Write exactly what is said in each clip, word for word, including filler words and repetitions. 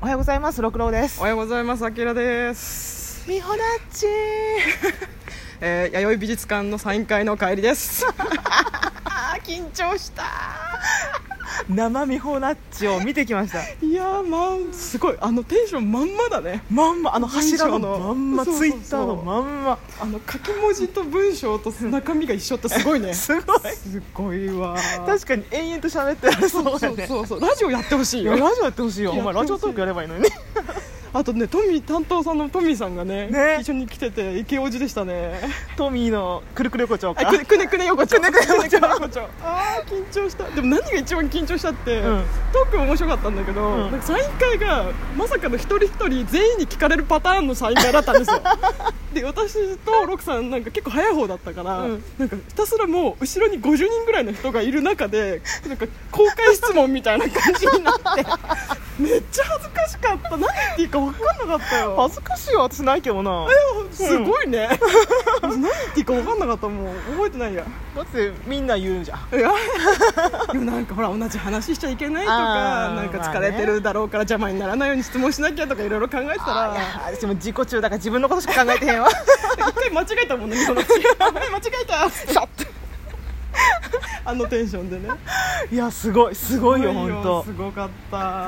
おはようございます。六郎です。 おはようございます。あきらです。 みほなっちえー、弥生美術館のサイン会の帰りです緊張した生みほなっちを見てきました。 いやー、まあすごい、あのテンションまんまだね。 まんま、あの柱のまんま、 そうそうそう、 ツイッターのまんま、 あの書き文字と文章と中身が一緒ってすごいねすごい、 すごいわ。 確かに延々と喋ってられそうだよね。 そうそうそう、ラジオやってほしいよ。 いやラジオやってほしいよ。お前ラジオトークやればいいのにねあとね、トミー担当さんのトミーさんが ね, ね一緒に来ててイケオジでしたね。 トミーのくるくる横丁か、 くねくねくね横丁、 くねくね横丁あー緊張した。でも何が一番緊張したって、 うん、 トークも面白かったんだけど、うん、なんかサイン会がまさかの一人一人全員に聞かれるパターンのサイン会だったんですよで、私とロクさんなんか結構早い方だったから、うん、なんかひたすらもう後ろにごじゅうにんぐらいの人がいる中でなんか公開質問みたいな感じになってめっちゃ恥ずかしかった。何言っていいか分かんなかったよ。 恥ずかしいわ、私ないけどな。 えすごいね、うん、何言っていいか分かんなかった。もう覚えてないや。 だってみんな言うじゃん。 いやでもなんかほら、同じ話しちゃいけないとか、なんか疲れてるだろうから邪魔にならないように質問しなきゃとかいろいろ考えてたら、 いや私も自己中だから自分のことしか考えてへんわ一回間違えたもんね、その間違えたシャッてあのテンションでね。 いやすごいすごいよ本当。 すごかった、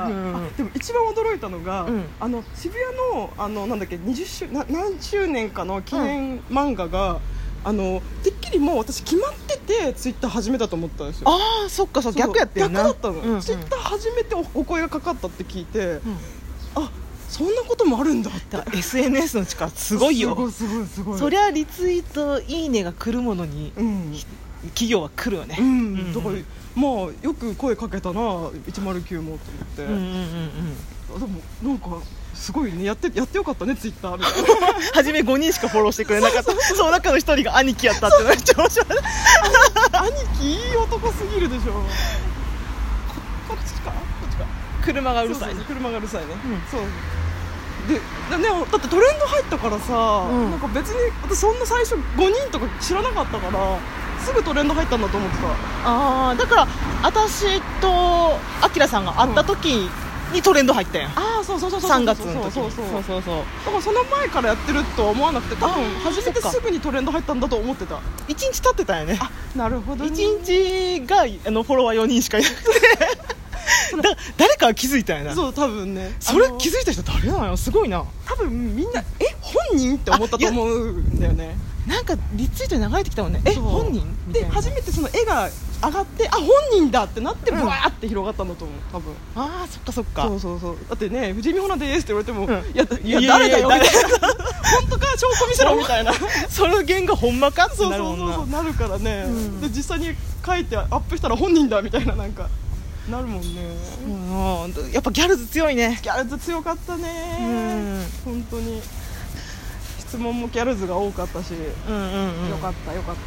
うん、 あでも一番驚いたのが、 うん、 あの渋谷の、あのなんだっけにじゅっしゅな何周年かの記念漫画が、うん、あのてっきりもう私決まっててツイッター始めたと思ったんですよ。 ああそっかそっか、逆やってんな。 逆だったの、 うんうん、 ツイッター始めて お, お声がかかったって聞いて、うん、あそんなこともあるんだって。 だ エスエヌエス の力すごいよ。 すごいすごいすごい。 そりゃリツイートいいねが来るものに、うん、企業は来るよね、 うんうん、だからまあよく声かけたないちまるきゅうもと思って、うんうんうんうん、でもなんかすごいね、やってやってよかったねツイッターみたいな初めごにんしかフォローしてくれなかったその中のひとりが兄貴やったってめっちゃ面白い兄貴いい男すぎるでしょ。 こ, こっちかこっちか。 車がうるさい。 そうそう車がうるさいね、うん、そうでだ, ね、だってトレンド入ったからさ、うん、なんか別に私そんな最初ごにんとか知らなかったからすぐトレンド入ったんだと思ってた。 ああだから私とアキラさんが会った時にトレンド入ったやん、うん、 ああそうそうそうそうさんがつの時そうそうそうそうそうだからその前からやってるとは思わなくて、多分初めてすぐにトレンド入ったんだと思ってた。 いちにち経ってたんやね。 あなるほどね。 いちにちがあのフォロワーよにんしかいなくてだ誰かが気づいたんやな。 そう多分ね。 それ気づいた人誰なのよ。すごいな。 多分みんなえ本人って思ったと思うんだよね。 なんかリツイートに流れてきたもんね。え本人で初めてその絵が上がってあ本人だってなってブワーって広がったんだと思う多分。 ああそっかそっか。 そうそうそう。だってね藤井美穂奈ですって言われても、うん、いやいやいや誰だよみたいな本当か証拠見せろみたいなその原画ほんまかってなるもんな。 そうそうそうそうなるからね、うん、で実際に書いてアップしたら本人だみたいななんかなるもんね、 うん、やっぱギャルズ強いね。 ギャルズ強かったね、うん、本当に質問もギャルズが多かったし、うんうんうん、よかったよかった。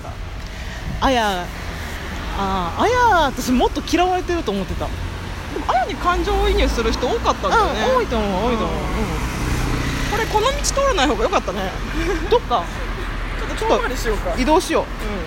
あやああや私もっと嫌われてると思ってた。でもあやに感情移入する人多かったんだよね、 うん、多いと思う多いと思う、うんうん、 これこの道通らない方がよかったねどっかちょっと遠回りしようか。 移動しよ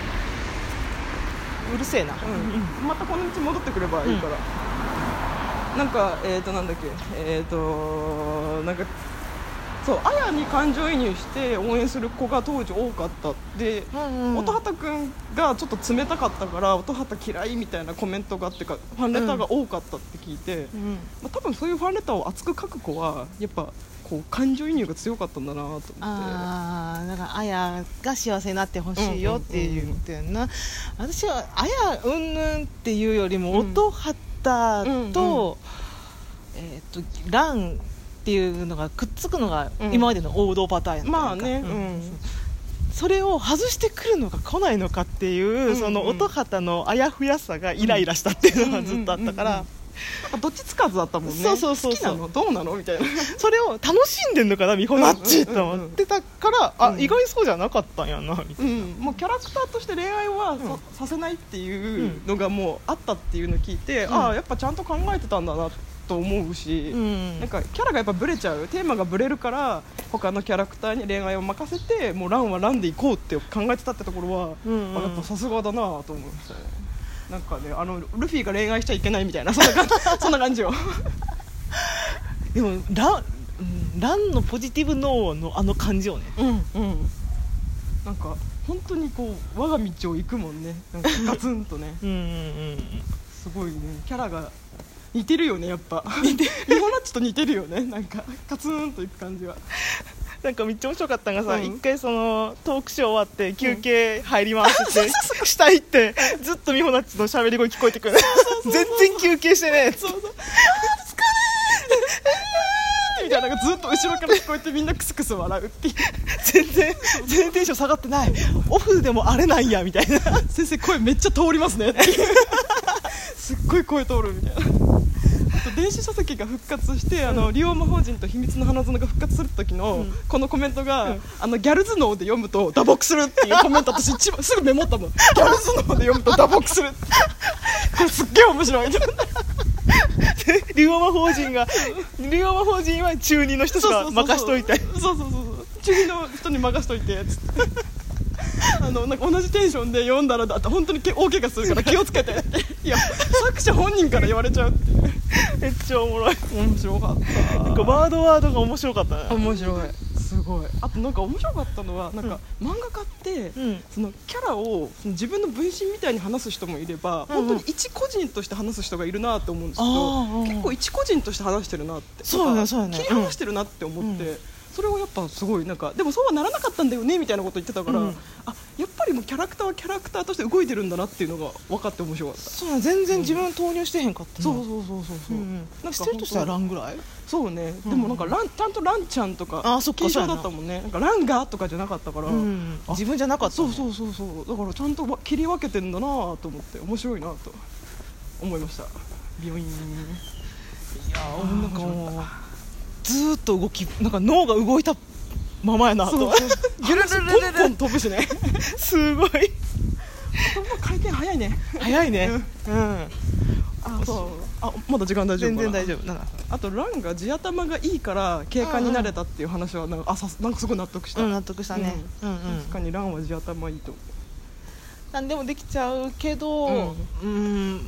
う、うん、うるせえな、 うん、またこの道戻ってくればいいから、うん、なんかえっ、ー、となんだっけえっ、ー、となんかそうあやに感情移入して応援する子が当時多かったで、うんうん、音畑くんがちょっと冷たかったから音畑嫌いみたいなコメントがあってかファンレターが多かったって聞いて、うんまあ、多分そういうファンレターを熱く書く子はやっぱこう感情移入が強かったんだなと思って。 ああだからあやが幸せになってほしいよっていうことやな、うんうんうん、私はあやうんぬんっていうよりも音畑と、うんうんうん、えー、とランっていうのがくっつくのが今までの王道パターンやった、 うん、まあね、うん、 それを外してくるのか来ないのかっていう、うんうん、その音畑のあやふやさがイライラしたっていうのがずっとあったから、うんうんうんうん、どっちつかずだったもんね。 そうそうそうそう。 好きなのどうなのみたいなそれを楽しんでんのかなみほなっちと思ってたから、うんうんうん、あ意外そうじゃなかったんやなみたいな、うん、もうキャラクターとして恋愛は、うん、させないっていうのがもうあったっていうのを聞いて、うん、ああやっぱちゃんと考えてたんだなと思うし、うん、なんかキャラがやっぱブレちゃうテーマがブレるから他のキャラクターに恋愛を任せてもうランはランでいこうって考えてたってところは、うんうん、やっぱさすがだなと思いましたね。なんかねあのルフィが恋愛しちゃいけないみたいなそんな感じそんな感じよでもラン、うん、ランのポジティブ脳のあの感じよね。 うんうん、なんか本当にこう我が道を行くもんね、なんかガツンとねうんうん、うん、 すごいね、キャラが似てるよね、やっぱ似て日本ナッチと似てるよね、なんかガツンと行く感じは。 なんかめっちゃ面白かったのがさ、 うん、 一回そのトークショー終わって休憩入りますって、うん、下行ってずっと美穂ナッチの喋り声聞こえてくる。全然休憩してね、そうそう、疲れーみたいなのがずっと後ろから聞こえて、みんなクスクス笑うっていう。 全然全然テンション下がってない、オフでもあれなんやみたいな。 先生声めっちゃ通りますねっていうすっごい声通るみたいな。あと電子書籍が復活して、うん、あの竜王魔法陣と秘密の花園が復活する時の、うん、このコメントが、うん、あのギャルズ脳で読むと打撲するっていうコメント、私一番すぐメモったもん。ギャルズ脳で読むと打撲するこれすっげえ面白い。 竜王魔法陣が竜王魔法陣は中二の人しか任しといて、 そうそうそうそう、中二の人に任しといてつってあのなんか同じテンションで読んだらだって本当に大怪我するから気をつけてっていや作者本人から言われちゃうっていう。 めっちゃおもろい。 面白かった。 なんかワードワードが面白かったね。 面白い、すごい。あとなんか面白かったのはなんか、うん、漫画家って、うん、そのキャラをその自分の分身みたいに話す人もいれば、うん、本当に一個人として話す人がいるなって思うんですけど、うん、結構一個人として話してるなって、 そうねそうね、 切り離してるなって思って、うん、それをやっぱすごいなんか、でもそうはならなかったんだよねみたいなこと言ってたから、うん、あ、やっぱりもうキャラクターはキャラクターとして動いてるんだなっていうのが分かって面白かった。 そう、全然自分投入してへんかったな、 うん、そうそうそうそうそう、うん、 なんかしてるとしたらランぐらい。 そうね、うん、でもなんかランちゃんとランちゃんとか継承だったもんね。なんかランガーとかじゃなかったから、うん、 自分じゃなかった、ね、 そうそうそうそう、だからちゃんと切り分けてるんだなと思って面白いなと思いました。病院。いやー、なんかもうずーっと動き、なんか脳が動いたままやなと。 そうそうギュルルルルルポンポン飛ぶしねすごい回転早いね。 早いね、うん、うん、 あ、そう、あ、まだ時間大丈夫かな。 全然大丈夫。なんかあとランが地頭がいいから警官になれたっていう話はなんか、あ、さなんかすごい納得した、 うん、納得したね、 うんうんうん、確かにランは地頭いいと思う。 何でもできちゃうけど、うん、うん、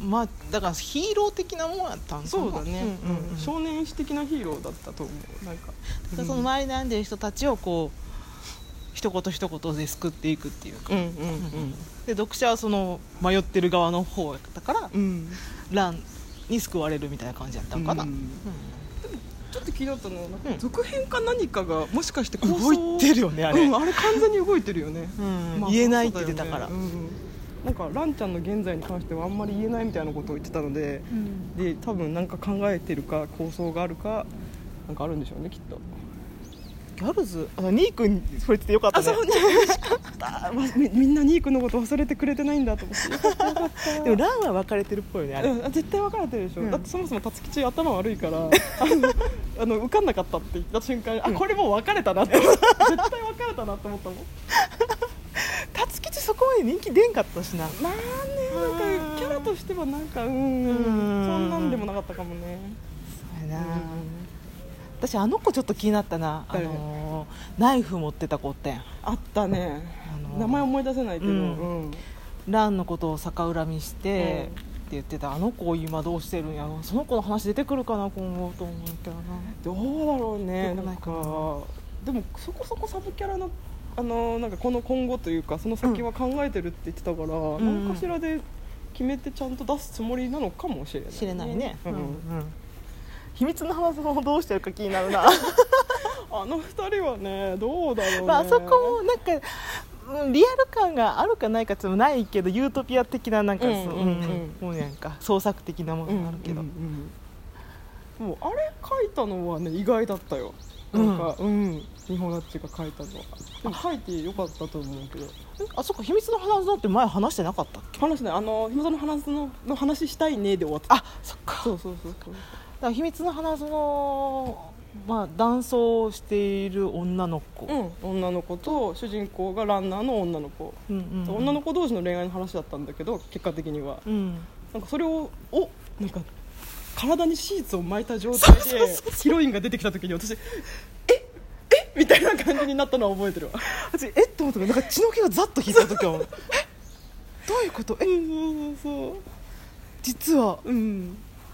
まあだからヒーロー的なもんやったんかな。 そうだね、うんうん、少年誌的なヒーローだったと思う。なんかその周りに悩んでる人たちをこう一言一言で救っていくっていうか、うんうんうん、で読者はその迷ってる側の方だから、うん、ランに救われるみたいな感じだったのかな、うんうん、 でもちょっと気になったのはなんか続編か何かがもしかして構想動いてるよね、あれ、 うん、あれ完全に動いてるよね、 うん、まあ、言えないって言ってたから、 うん、なんかランちゃんの現在に関してはあんまり言えないみたいなことを言ってたので、うん、で多分なんか考えてるか構想があるかなんかあるんでしょうね、きっと。 ギャルズ、あ、ニー君それってよかったね。 あ、そうね、嬉しかったみ, みんなニー君のこと忘れてくれてないんだと思ってよかったよかったでもランは分かれてるっぽいね、あれ、 うん、絶対分かれてるでしょ、うん、だってそもそも辰吉頭悪いからあのあの受かんなかったって言った瞬間、うん、あ、これもう分かれたなって絶対分かれたなって思ったもん辰吉そこまで人気出んかったしな。 まあね、なんかキャラとしてはなんかうん、うん、そんなんでもなかったかもね。 そうやな、うん、私あの子ちょっと気になったな、あのー、ナイフ持ってた子ってあったね、あのー、名前思い出せないけど、うんうん、 ランのことを逆恨みして、うん、って言ってたあの子今どうしてるんやろ、その子の話出てくるかな今後と思うけどな。 どうだろうね、なんかでもそこそこサブキャラの、あのー、なんかこの今後というかその先は考えてるって言ってたから、うん、何かしらで決めてちゃんと出すつもりなのかもしれないね。 知れないね、うんうん、 秘密の話もどうしてるか気になるなあのふたりはねどうだろうね、 まあ、あそこもなんかリアル感があるかないかってもないけどユートピア的ななんか、うんうんうん、もうなんか創作的なものがあるけど、うんうんうん、もうあれ書いたのはね意外だったよ、なんか、うんうん、日本ナッチが書いたのはでも書いてよかったと思うけど。 あ、そっか、秘密の花園って前話してなかったっけ。 話してない、あの秘密の花園の話したいねで終わってた。 あ、そっか、 そうそうそうそう、 だから秘密の花園、まあ、男装している女の子、 うん、女の子と主人公がランナーの女の子、うんうんうん、女の子同士の恋愛の話だったんだけど結果的には、うん、なんかそれをおなんか体にシーツを巻いた状態でヒロインが出てきた時に私ええみたいな感じになったのは覚えてるわ私えっと思ったけどなんか血の気がザッと引いた時はえどういうこと、え、 うんそうそうそう、 実は、 うん、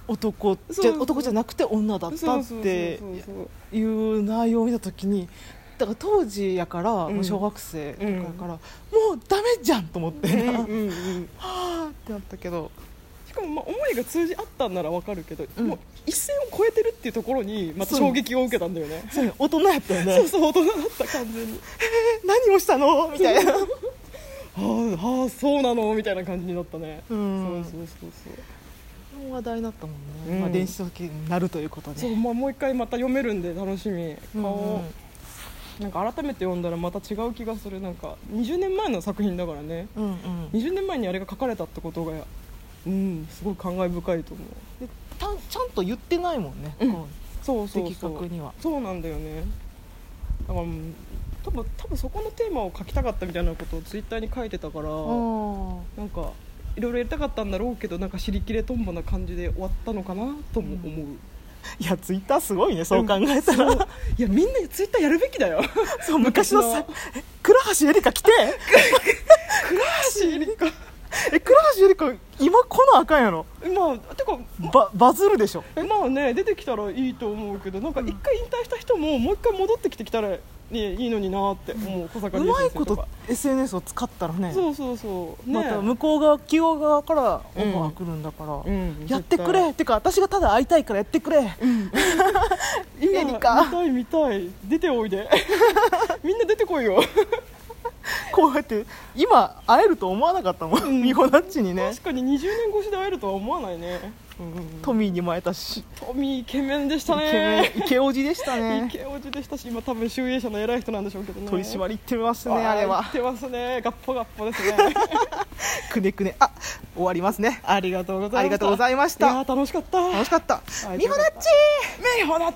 男じゃそうそう男じゃなくて女だったってそうそうそうそういう内容を見た時に、だから当時やから、 うんもう小学生とかやから、 うんもうダメじゃんと思って、 うんはうんうんあってなったけど、 しかもまあ思いが通じ合ったんならわかるけど、 うんもう一線を越えてるっていうところにまた衝撃を受けたんだよね。 そう大人やったよね。 そうそう大人だった完全にえ何をしたのみたいな。 はあ、はあそうなのみたいな感じになったね。 うんそうそうそうそう話題になったもんね、 うんまあ、電子書籍になるということで。 そう、まあ、もう一回また読めるんで楽しみ。顔、 うんうんなんか改めて読んだらまた違う気がする。なんかにじゅうねんまえの作品だからね、 うんうん、 にじゅうねんまえにあれが書かれたってことがうんすごい感慨深いと思う。 でたちゃんと言ってないもんね、 うんこそうそう的そう確には。 そうなんだよね。だからうん多分多分そこのテーマを書きたかったみたいなことをツイッターに書いてたから、 うなんかいろいろやりたかったんだろうけど、なんか尻切れとんぼな感じで終わったのかなとも思う、 いやツイッターすごいね、そう考えたら、 そういやみんなツイッターやるべきだよ。 そう昔のさえ倉橋エリカ来て倉橋エリカえ倉橋エリカ今このあかんやろ、 まあてかババズるでしょ。 えまあね出てきたらいいと思うけど、なんか一回引退した人ももう一回戻ってきてきたら、ね、いいのになって思う。小坂う理恵まいこと先生とかエスエヌエス を使ったらね、 そうそうそうねまた向こう側企業側からオファー来るんだから、 うんやってくれってか私がただ会いたいからやってくれ、 今エリカ見たい見たい出ておいでみんな出てこいよ。 こうやって今会えると思わなかったもん、 うんミホナッチにね。 確かににじゅうねん越しで会えるとは思わないね、うん、 トミーにも会えたし、 トミーイケメンでしたイケメね。 ンイケオジでしたね。 イケオジでしたし、今多分集英社の偉い人なんでしょうけどね。 取り締まり行ってますね、 ああれは言ってますね。ガッポガッポですね。 くねくね。あ、終わりますね。 ありがとうございました。 ありがとうございましたいやー楽しかった。 楽しかった。 はいミホナッチミホナッチ